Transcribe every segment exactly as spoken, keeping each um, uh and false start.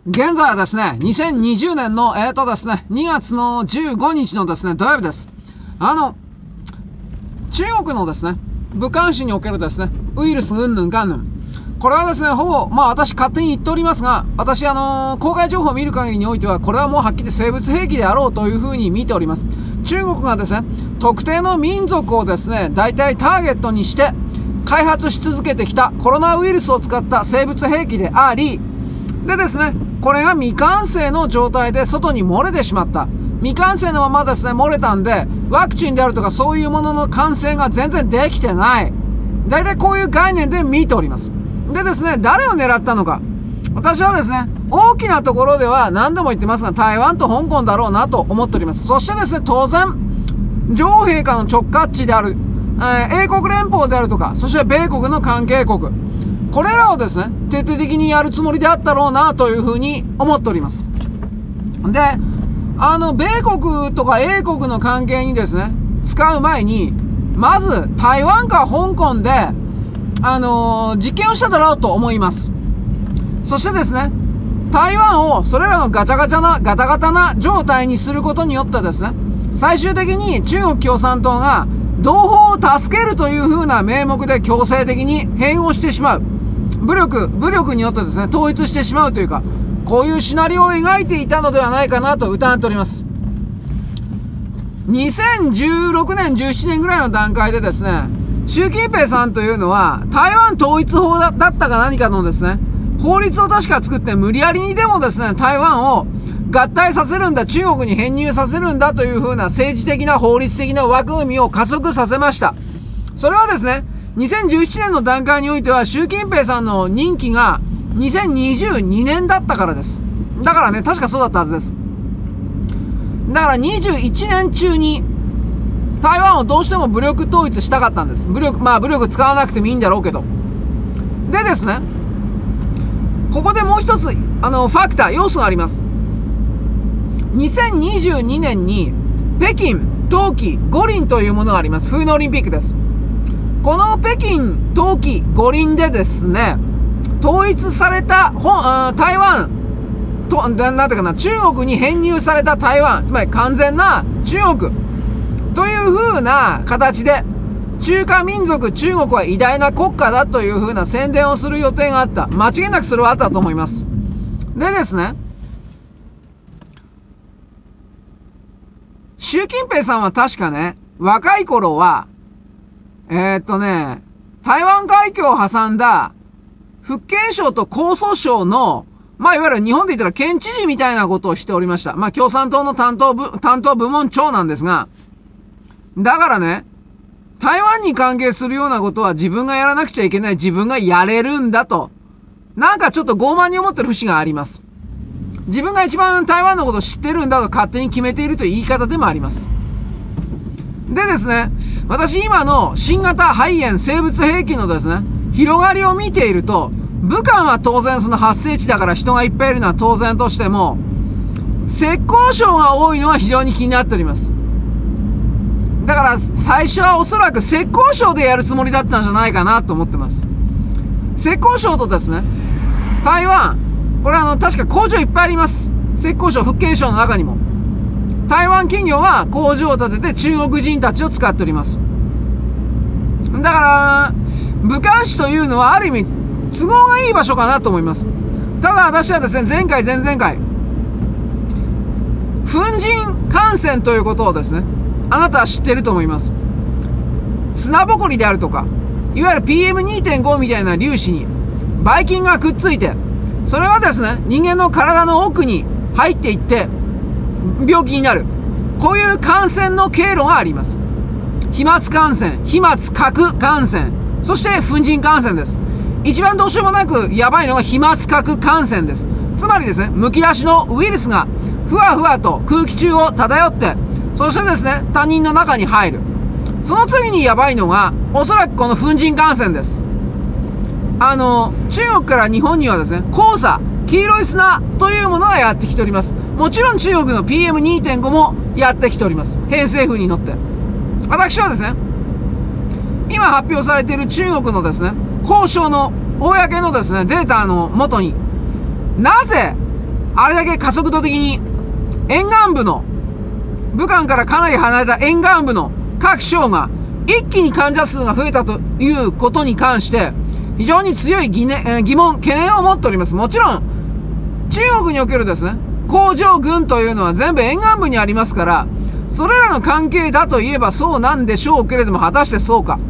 現在はですね、にせんにじゅうねんの、えーとですね、にがつのじゅうごにちのですね、土曜日です。あの、中国のですね、武漢市におけるですね、ウイルスうんぬんかんぬん。これはですね、ほぼ、まあ私勝手に言っておりますが、私あのー、公開情報を見る限りにおいては、これはもうはっきり生物兵器であろうというふうに見ております。中国がですね、特定の民族をですね、大体ターゲットにして、開発し続けてきたコロナウイルスを使った生物兵器であり、でですね、これが未完成の状態で外に漏れてしまった。未完成のままですね、漏れたんで、ワクチンであるとかそういうものの完成が全然できてない。大体こういう概念で見ております。でですね、誰を狙ったのか。私はですね、大きなところでは何度も言ってますが、台湾と香港だろうなと思っております。そしてですね、当然、女王陛下の直轄地である、えー、英国連邦であるとか、そして米国の関係国。これらをですね、徹底的にやるつもりであったろうなというふうに思っております。で、あの、米国とか英国の関係にですね、使う前に、まず台湾か香港で、あのー、実験をしただろうと思います。そしてですね、台湾をそれらのガチャガチャな、ガタガタな状態にすることによってですね、最終的に中国共産党が同胞を助けるという風な名目で強制的に併合してしまう。武力、武力によってですね、統一してしまうというか、こういうシナリオを描いていたのではないかなと疑っております。にせんじゅうろくねん、じゅうななねんぐらいの段階でですね、習近平さんというのは、台湾統一法だったか何かのですね、法律を確か作って無理やりにでもですね、台湾を合体させるんだ、中国に編入させるんだという風な政治的な法律的な枠組みを加速させました。それはですね、にせんじゅうななねんの段階においては習近平さんの任期がにせんにじゅうにねんだったからです。だからね、確かそうだったはずです。だからにじゅういちねん中に台湾をどうしても武力統一したかったんです。武力、まあ武力使わなくてもいいんだろうけど。でですね、ここでもう一つ、あの、ファクター、要素があります。にせんにじゅうにねんに北京冬季五輪というものがあります。冬のオリンピックです。この北京冬季五輪でですね、統一された本台湾と、なんていうかな、中国に編入された台湾、つまり完全な中国という風な形で、中華民族中国は偉大な国家だという風な宣伝をする予定があった。間違いなくそれはあったと思います。でですね、習近平さんは確かね、若い頃は、えー、っとね、台湾海峡を挟んだ福建省と江蘇省の、まあいわゆる日本で言ったら県知事みたいなことをしておりました。まあ共産党の担当部、担当部門長なんですが、だからね、台湾に関係するようなことは自分がやらなくちゃいけない、自分がやれるんだと、なんかちょっと傲慢に思ってる節があります。自分が一番台湾のことを知ってるんだと勝手に決めているという言い方でもあります。でですね、私今の新型肺炎生物兵器のですね、広がりを見ていると、武漢は当然その発生地だから人がいっぱいいるのは当然としても、浙江省が多いのは非常に気になっております。だから最初はおそらく浙江省でやるつもりだったんじゃないかなと思ってます。浙江省とですね、台湾、これあの確か工場いっぱいあります。浙江省、福建省の中にも。台湾企業は工場を建てて中国人たちを使っております。だから、武漢市というのはある意味都合がいい場所かなと思います。ただ私はですね、前回前々回、粉塵感染ということをですね、あなたは知っていると思います。砂ぼこりであるとか、いわゆる ピーエムにてんご みたいな粒子にばい菌がくっついて、それがですね、人間の体の奥に入っていって病気になる。こういう感染の経路があります。飛沫感染、飛沫核感染、そして粉塵感染です。一番どうしようもなくやばいのが飛沫核感染です。つまりですね、むき出しのウイルスがふわふわと空気中を漂って、そしてですね、他人の中に入る。その次にやばいのが、おそらくこの粉塵感染です。あの、中国から日本にはですね、黄砂、黄色い砂というものがやってきております。もちろん中国の ピーエムにてんご もやってきております。偏西風に乗って。私はですね、今発表されている中国のですね、交渉の公のですね、データのもとに、なぜあれだけ加速度的に沿岸部の、武漢からかなり離れた沿岸部の各省が一気に患者数が増えたということに関して、非常に強い疑念、疑問、懸念を持っております。もちろん、中国におけるですね、工場群というのは全部沿岸部にありますから、それらの関係だといえばそうなんでしょうけれども、果たしてそうか。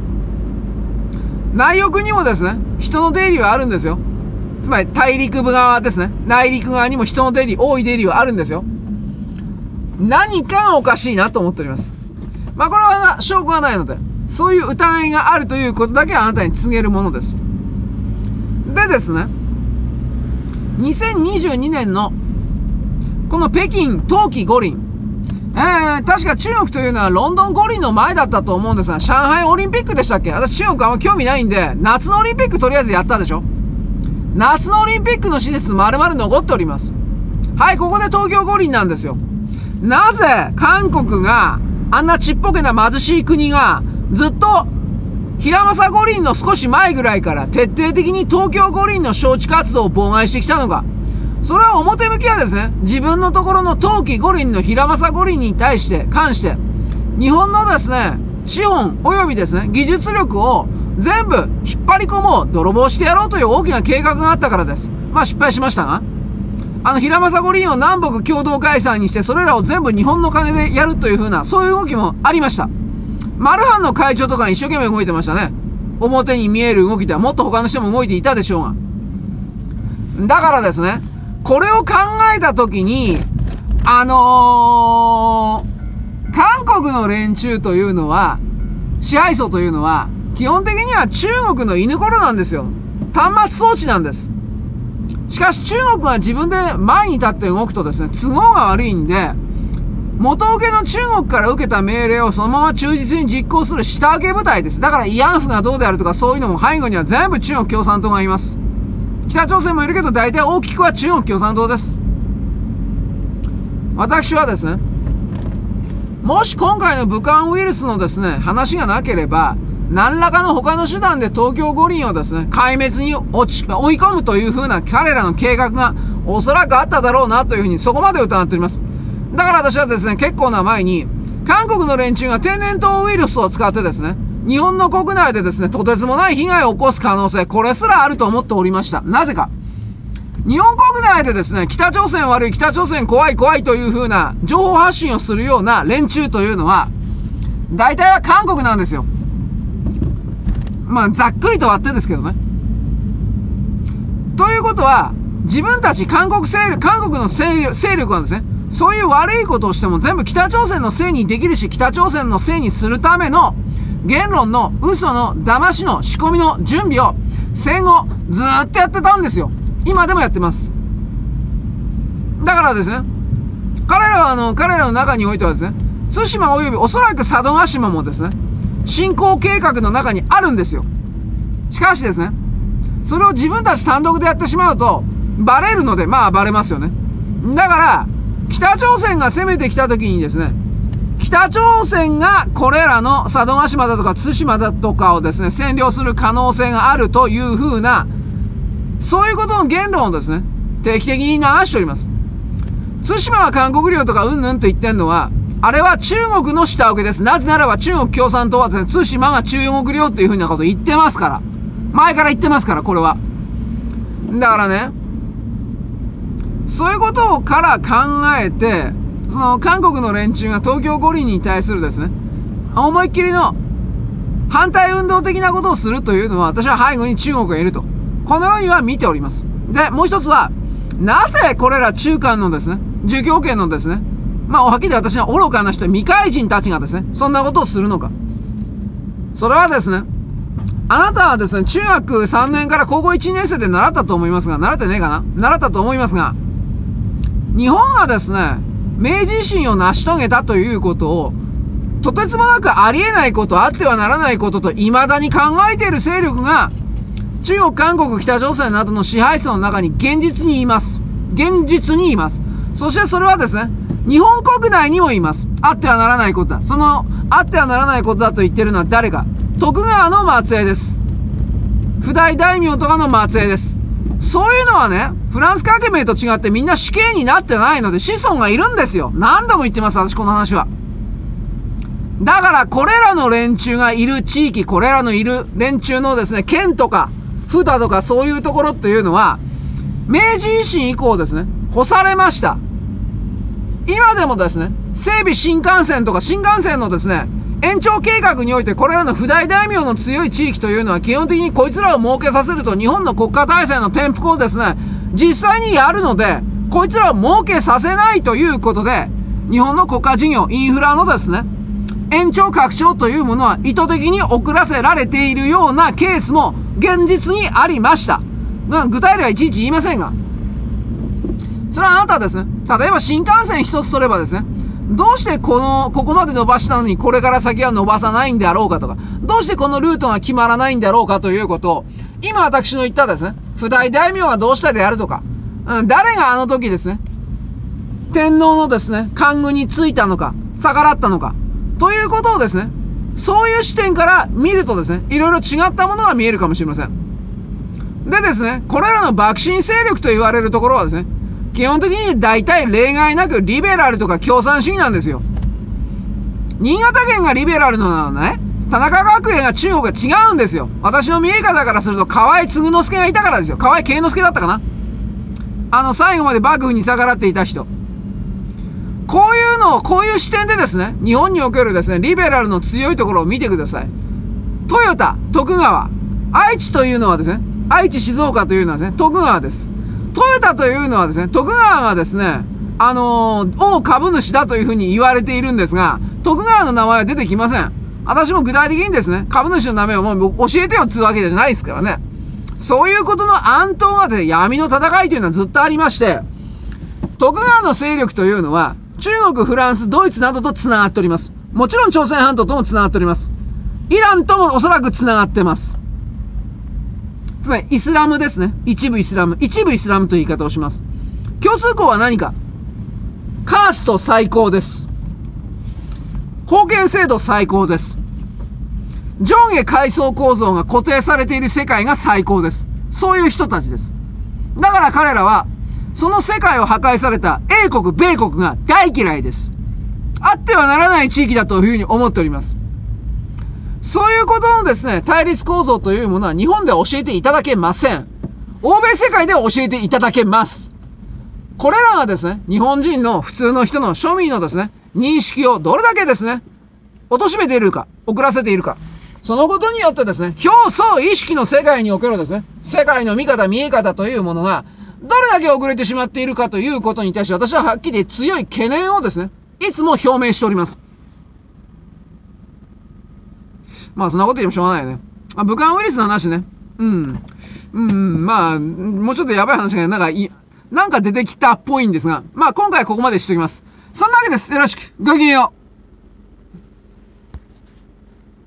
内陸にもですね、人の出入りはあるんですよ。つまり大陸部側ですね。内陸側にも人の出入り、多い出入りはあるんですよ。何かがおかしいなと思っております。まあこれは証拠がないので、そういう疑いがあるということだけはあなたに告げるものです。でですね、にせんにじゅうにねんのこの北京冬季五輪、えー、確か中国というのはロンドン五輪の前だったと思うんですが、上海オリンピックでしたっけ？私中国あんま興味ないんで、夏のオリンピックとりあえずやったでしょ。夏のオリンピックの施設丸々残っております。はい、ここで東京五輪なんですよ。なぜ韓国があんなちっぽけな貧しい国がずっと平正五輪の少し前ぐらいから徹底的に東京五輪の招致活動を妨害してきたのか。それは表向きはですね、自分のところの冬季五輪の平正五輪に対して関して日本のですね、資本及びですね、技術力を全部引っ張り込もう、泥棒してやろうという大きな計画があったからです。まあ失敗しましたが、あの平正五輪を南北共同開催にして、それらを全部日本の金でやるという風な、そういう動きもありました。マルハンの会長とか一生懸命動いてましたね。表に見える動きではもっと他の人も動いていたでしょうが。だからですね、これを考えたときに、あのー、韓国の連中というのは、支配層というのは、基本的には中国の犬頃なんですよ。端末装置なんです。しかし中国は自分で前に立って動くとですね、都合が悪いんで、元請けの中国から受けた命令をそのまま忠実に実行する下請け部隊です。だから慰安婦がどうであるとかそういうのも背後には全部中国共産党がいます。北朝鮮もいるけど大体大きくは中国共産党です。私はですね、もし今回の武漢ウイルスのですね、話がなければ、何らかの他の手段で東京五輪をですね、壊滅に落ち追い込むという風な彼らの計画がおそらくあっただろうなというふうにそこまで疑っております。だから私はですね、結構な前に、韓国の連中が天然痘ウイルスを使ってですね、日本の国内でですね、とてつもない被害を起こす可能性、これすらあると思っておりました。なぜか。日本国内でですね、北朝鮮悪い、北朝鮮怖い怖いという風な情報発信をするような連中というのは、大体は韓国なんですよ。まあ、ざっくりと割ってですけどね。ということは、自分たち韓国勢力、韓国の勢力、勢力はですね、そういう悪いことをしても全部北朝鮮のせいにできるし、北朝鮮のせいにするための言論の嘘の騙しの仕込みの準備を戦後ずーっとやってたんですよ。今でもやってます。だからですね、彼らはあの、彼らの中においてはですね、対馬及びおそらく佐渡島もですね、進行計画の中にあるんですよ。しかしですね、それを自分たち単独でやってしまうと、バレるので、まあバレますよね。だから、北朝鮮が攻めてきた時にですね、北朝鮮がこれらの佐渡島だとか対馬だとかをですね、占領する可能性があるという風な、そういうことの言論をですね、定期的に流しております。対馬は韓国領とかうんぬんと言ってんのは、あれは中国の下請けです。なぜならば中国共産党はですね、対馬が中国領っていう風なことを言ってますから。前から言ってますから、これは。だからね、そういうことから考えて、その韓国の連中が東京五輪に対するですね、思いっきりの反対運動的なことをするというのは、私は背後に中国がいると。このようには見ております。で、もう一つは、なぜこれら中間のですね、儒教圏のですね、まあ、はっきり私は愚かな人、未開人たちがですね、そんなことをするのか。それはですね、あなたはですね、中学さんねんから高校いちねん生で習ったと思いますが、習ってねえかな？習ったと思いますが、日本がですね、明治維新を成し遂げたということを、とてつもなくありえないこと、あってはならないことと未だに考えている勢力が、中国、韓国、北朝鮮などの支配層の中に現実にいます。現実にいます。そしてそれはですね、日本国内にもいます。あってはならないことだ。その、あってはならないことだと言っているのは誰か。徳川の末裔です。不代大名とかの末裔です。 そういうのはね、フランス革命と違ってみんな死刑になってないので子孫がいるんですよ。何度も言ってます、私この話は。だからこれらの連中がいる地域、これらのいる連中のですね、県とか、府だとかそういうところっていうのは、明治維新以降ですね、干されました。今でもですね、整備新幹線とか新幹線のですね、延長計画においてこれらの不大大名の強い地域というのは基本的にこいつらを設けさせると日本の国家体制の転覆をですね、実際にやるので、こいつらを設けさせないということで、日本の国家事業、インフラのですね、延長拡張というものは意図的に遅らせられているようなケースも現実にありました。具体例はいちいち言いませんが。それはあなたはですね、例えば新幹線一つ取ればですね、どうしてこの、ここまで伸ばしたのにこれから先は伸ばさないんであろうかとか、どうしてこのルートが決まらないんだろうかということを、今私の言ったですね、不大大名はどうしたであるとか、うん、誰があの時ですね、天皇のですね、官軍についたのか、逆らったのか、ということをですね、そういう視点から見るとですね、いろいろ違ったものが見えるかもしれません。でですね、これらの幕臣勢力と言われるところはですね、基本的に大体例外なくリベラルとか共産主義なんですよ。新潟県がリベラルのなのね、田中角栄が中国が違うんですよ。私の見え方からすると河合継之助がいたからですよ。河合慶之助だったかな。あの最後まで幕府に逆らっていた人。こういうのを、こういう視点でですね、日本におけるですね、リベラルの強いところを見てください。トヨタ、徳川、愛知というのはですね、愛知静岡というのはですね、徳川です。トヨタというのはですね、徳川がですね、あのー、大株主だというふうに言われているんですが、徳川の名前は出てきません。私も具体的にですね、株主の名前をもう教えてよっつうわけじゃないですからね。そういうことの暗闘がですね、闇の戦いというのはずっとありまして、徳川の勢力というのは、中国、フランス、ドイツなどと繋がっております。もちろん朝鮮半島とも繋がっております。イランともおそらく繋がってます。つまり、イスラムですね。一部イスラム。一部イスラムという言い方をします。共通項は何か。カースト最高です。封建制度最高です。上下階層構造が固定されている世界が最高です。そういう人たちです。だから彼らは、その世界を破壊された英国、米国が大嫌いです。あってはならない地域だというふうに思っております。そういうことのですね、対立構造というものは日本では教えていただけません。欧米世界では教えていただけます。これらがですね、日本人の普通の人の庶民のですね、認識をどれだけですね、貶めているか、遅らせているか。そのことによってですね、表層意識の世界におけるですね、世界の見方、見え方というものが、どれだけ遅れてしまっているかということに対して私ははっきり強い懸念をですね、いつも表明しております。まあそんなこと言ってもしょうがないよね。あ、武漢ウイルスの話ね。うん。うん、まあ、もうちょっとやばい話がなんかい、なんか出てきたっぽいんですが、まあ今回はここまでしておきます。そんなわけです。よろしく。ごきげんよう。